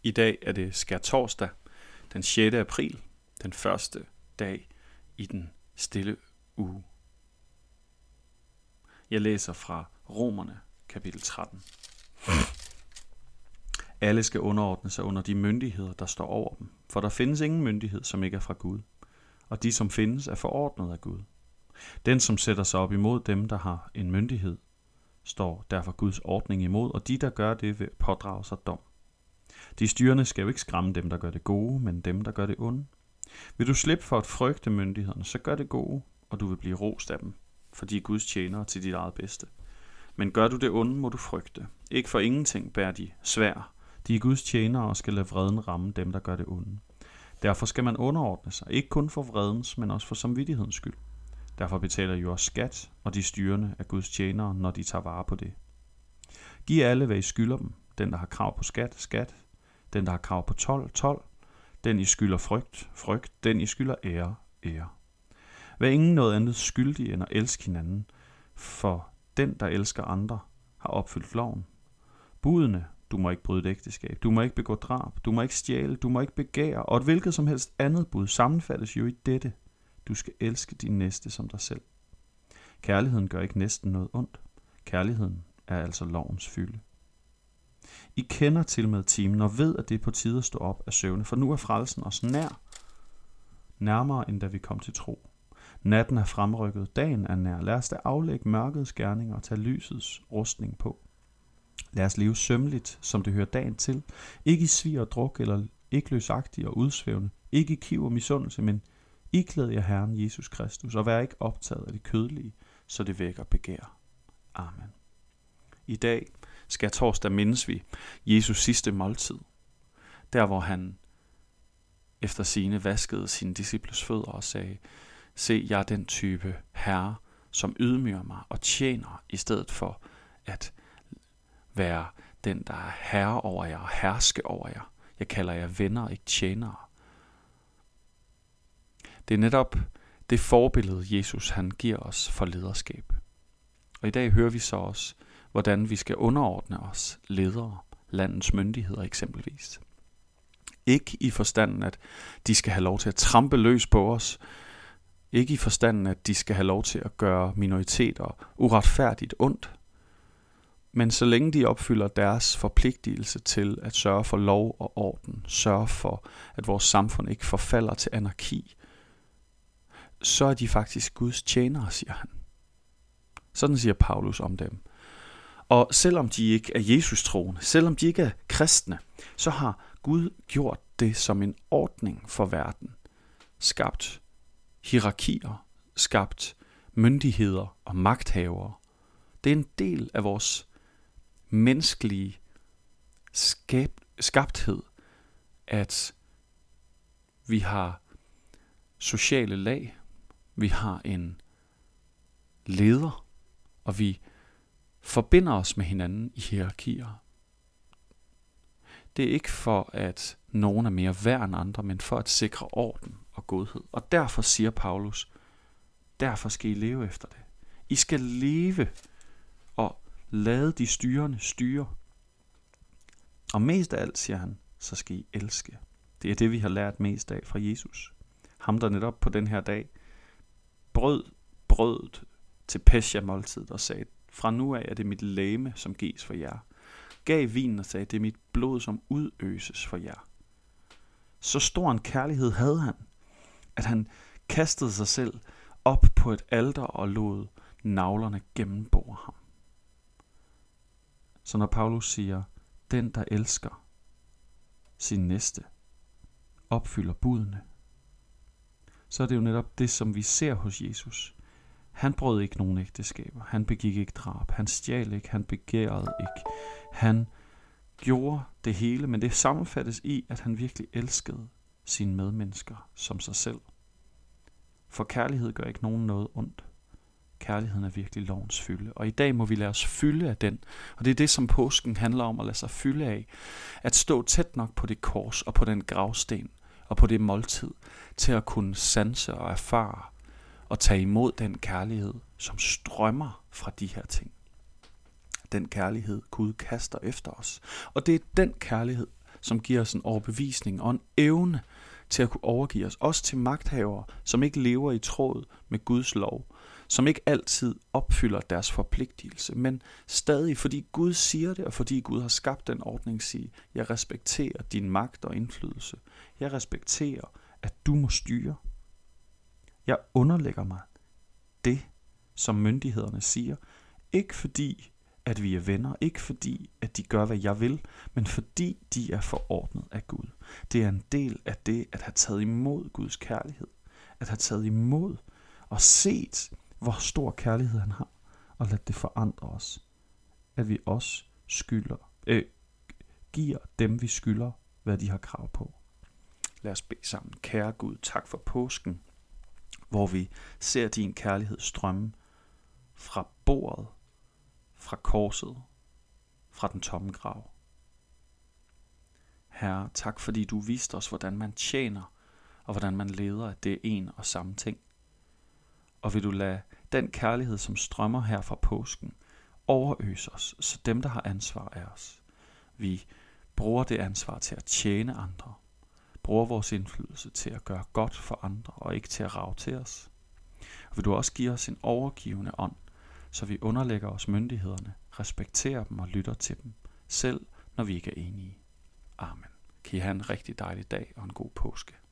I dag er det skærtorsdag, den 6. april, den første dag i den stille uge. Jeg læser fra Romerne, kapitel 13. Alle skal underordne sig under de myndigheder, der står over dem, for der findes ingen myndighed, som ikke er fra Gud, og de, som findes, er forordnet af Gud. Den, som sætter sig op imod dem, der har en myndighed, står derfor Guds ordning imod, og de, der gør det, vil pådrage sig dom. De styrende skal jo ikke skræmme dem, der gør det gode, men dem, der gør det onde. Vil du slippe for at frygte myndighederne, så gør det gode, og du vil blive rost af dem, for de er Guds tjenere til dit eget bedste. Men gør du det onde, må du frygte. Ikke for ingenting bærer de sværd. De er Guds tjenere og skal lade vreden ramme dem, der gør det onde. Derfor skal man underordne sig, ikke kun for vredens, men også for samvittighedens skyld. Derfor betaler I jo også skat, og de styrende er Guds tjenere, når de tager vare på det. Giv alle, hvad I skylder dem. Den, der har krav på skat, skat. Den, der har krav på told, told. Den, I skylder frygt, frygt. Den, I skylder ære, ære. Vær ingen noget andet skyldig end at elske hinanden, for den, der elsker andre, har opfyldt loven. Budene: du må ikke bryde et ægteskab, du må ikke begå drab, du må ikke stjæle, du må ikke begære, og et hvilket som helst andet bud sammenfattes jo i dette: du skal elske din næste som dig selv. Kærligheden gør ikke næsten noget ondt. Kærligheden er altså lovens fylde. I kender til med timen og ved, at det er på tide at stå op af søvne, for nu er frelsen os nær. Nærmere end da vi kom til tro. Natten er fremrykket, dagen er nær. Lad os da aflægge mørkets gerninger og tage lysets rustning på. Lad os leve sømmeligt, som det hører dagen til. Ikke i svig og druk, eller ikke løsagtig og udsvævende. Ikke i kiv og misundelse, men iklæd jer Herren Jesus Kristus, og vær ikke optaget af det kødelige, så det vækker begær. Amen. I dag skærtorsdag mindes vi Jesus sidste måltid. Der hvor han efter sigende vaskede sine disciples fødder og sagde: se, jeg er den type herre, som ydmyger mig og tjener, i stedet for at være den, der er herre over jer og herske over jer. Jeg kalder jer venner, ikke tjenere. Det er netop det forbillede, Jesus han giver os for lederskab. Og i dag hører vi så også, hvordan vi skal underordne os ledere, landets myndigheder eksempelvis. Ikke i forstanden, at de skal have lov til at trampe løs på os. Ikke i forstanden, at de skal have lov til at gøre minoriteter uretfærdigt ondt. Men så længe de opfylder deres forpligtelse til at sørge for lov og orden, sørge for, at vores samfund ikke forfalder til anarki, så er de faktisk Guds tjenere, siger han. Sådan siger Paulus om dem. Og selvom de ikke er Jesus-troende, selvom de ikke er kristne, så har Gud gjort det som en ordning for verden. Skabt hierarkier, skabt myndigheder og magthavere. Det er en del af vores menneskelige skabthed, at vi har sociale lag, vi har en leder, og vi forbinder os med hinanden i hierarkier. Det er ikke for, at nogen er mere værd end andre, men for at sikre orden og godhed. Og derfor siger Paulus, derfor skal I leve efter det. I skal leve og lade de styrende styre. Og mest af alt, siger han, så skal I elske. Det er det, vi har lært mest af fra Jesus. Ham, der netop på den her dag brød brødet til Pesja-måltidet og sagde: fra nu af er det mit legeme, som gives for jer. Gav vinen og sagde: det er mit blod, som udøses for jer. Så stor en kærlighed havde han, at han kastede sig selv op på et alter og lod naglerne gennembore ham. Så når Paulus siger, den der elsker sin næste, opfylder budene, så er det jo netop det, som vi ser hos Jesus. Han brød ikke nogen ægteskaber, han begik ikke drab, han stjal ikke, han begærede ikke. Han gjorde det hele, men det sammenfattes i, at han virkelig elskede sine medmennesker som sig selv. For kærlighed gør ikke nogen noget ondt. Kærligheden er virkelig lovens fylde, og i dag må vi lade os fylde af den. Og det er det, som påsken handler om, at lade sig fylde af. At stå tæt nok på det kors og på den gravsten og på det måltid, til at kunne sanse og erfare og tage imod den kærlighed, som strømmer fra de her ting. Den kærlighed, Gud kaster efter os. Og det er den kærlighed, som giver os en overbevisning og en evne til at kunne overgive os. Også til magthavere, som ikke lever i tråd med Guds lov. Som ikke altid opfylder deres forpligtelse, men stadig, fordi Gud siger det, og fordi Gud har skabt den ordning, siger, jeg respekterer din magt og indflydelse. Jeg respekterer, at du må styre. Jeg underlægger mig det, som myndighederne siger. Ikke fordi, at vi er venner. Ikke fordi, at de gør, hvad jeg vil. Men fordi de er forordnet af Gud. Det er en del af det, at have taget imod Guds kærlighed. At have taget imod og set, hvor stor kærlighed han har. Og lad det forandre os. At vi også giver dem, vi skylder, hvad de har krav på. Lad os bede sammen. Kære Gud, tak for påsken, hvor vi ser din kærlighed strømme fra bordet, fra korset, fra den tomme grav. Herre, tak fordi du viste os, hvordan man tjener, og hvordan man leder, at det er en og samme ting. Og vil du lade den kærlighed, som strømmer her fra påsken, overøse os, så dem, der har ansvar af os. Vi bruger det ansvar til at tjene andre, bruger vores indflydelse til at gøre godt for andre, og ikke til at rage til os. Og vil du også give os en overgivende ånd, så vi underlægger os myndighederne, respekterer dem og lytter til dem, selv når vi ikke er enige. Amen. Kan I have en rigtig dejlig dag og en god påske.